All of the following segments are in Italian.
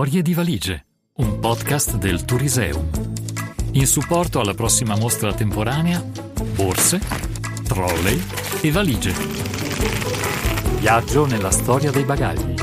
Storie di valigie, un podcast del Turiseum. In supporto alla prossima mostra temporanea, borse, trolley e valigie. Viaggio nella storia dei bagagli.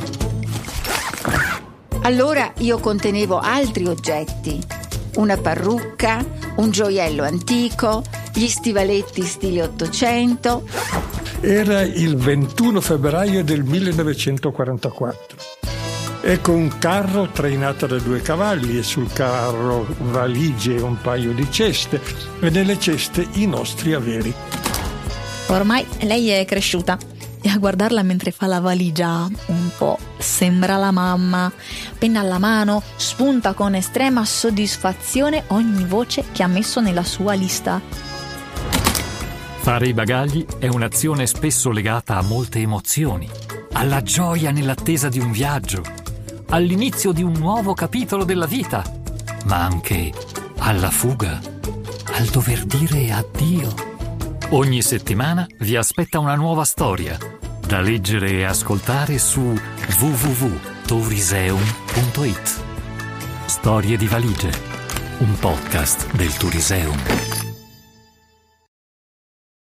Allora io contenevo altri oggetti. Una parrucca, un gioiello antico, gli stivaletti stile 800. Era il 21 febbraio del 1944. Ecco un carro trainato da 2 cavalli e sul carro valigie e un paio di ceste e nelle ceste i nostri averi. Ormai lei è cresciuta e a guardarla mentre fa la valigia un po' sembra la mamma. Penna alla mano, spunta con estrema soddisfazione ogni voce che ha messo nella sua lista. Fare i bagagli è un'azione spesso legata a molte emozioni, alla gioia nell'attesa di un viaggio, all'inizio di un nuovo capitolo della vita, ma anche alla fuga, al dover dire addio. Ogni settimana vi aspetta una nuova storia, da leggere e ascoltare su www.turiseum.it. Storie di valigie, un podcast del Turiseum.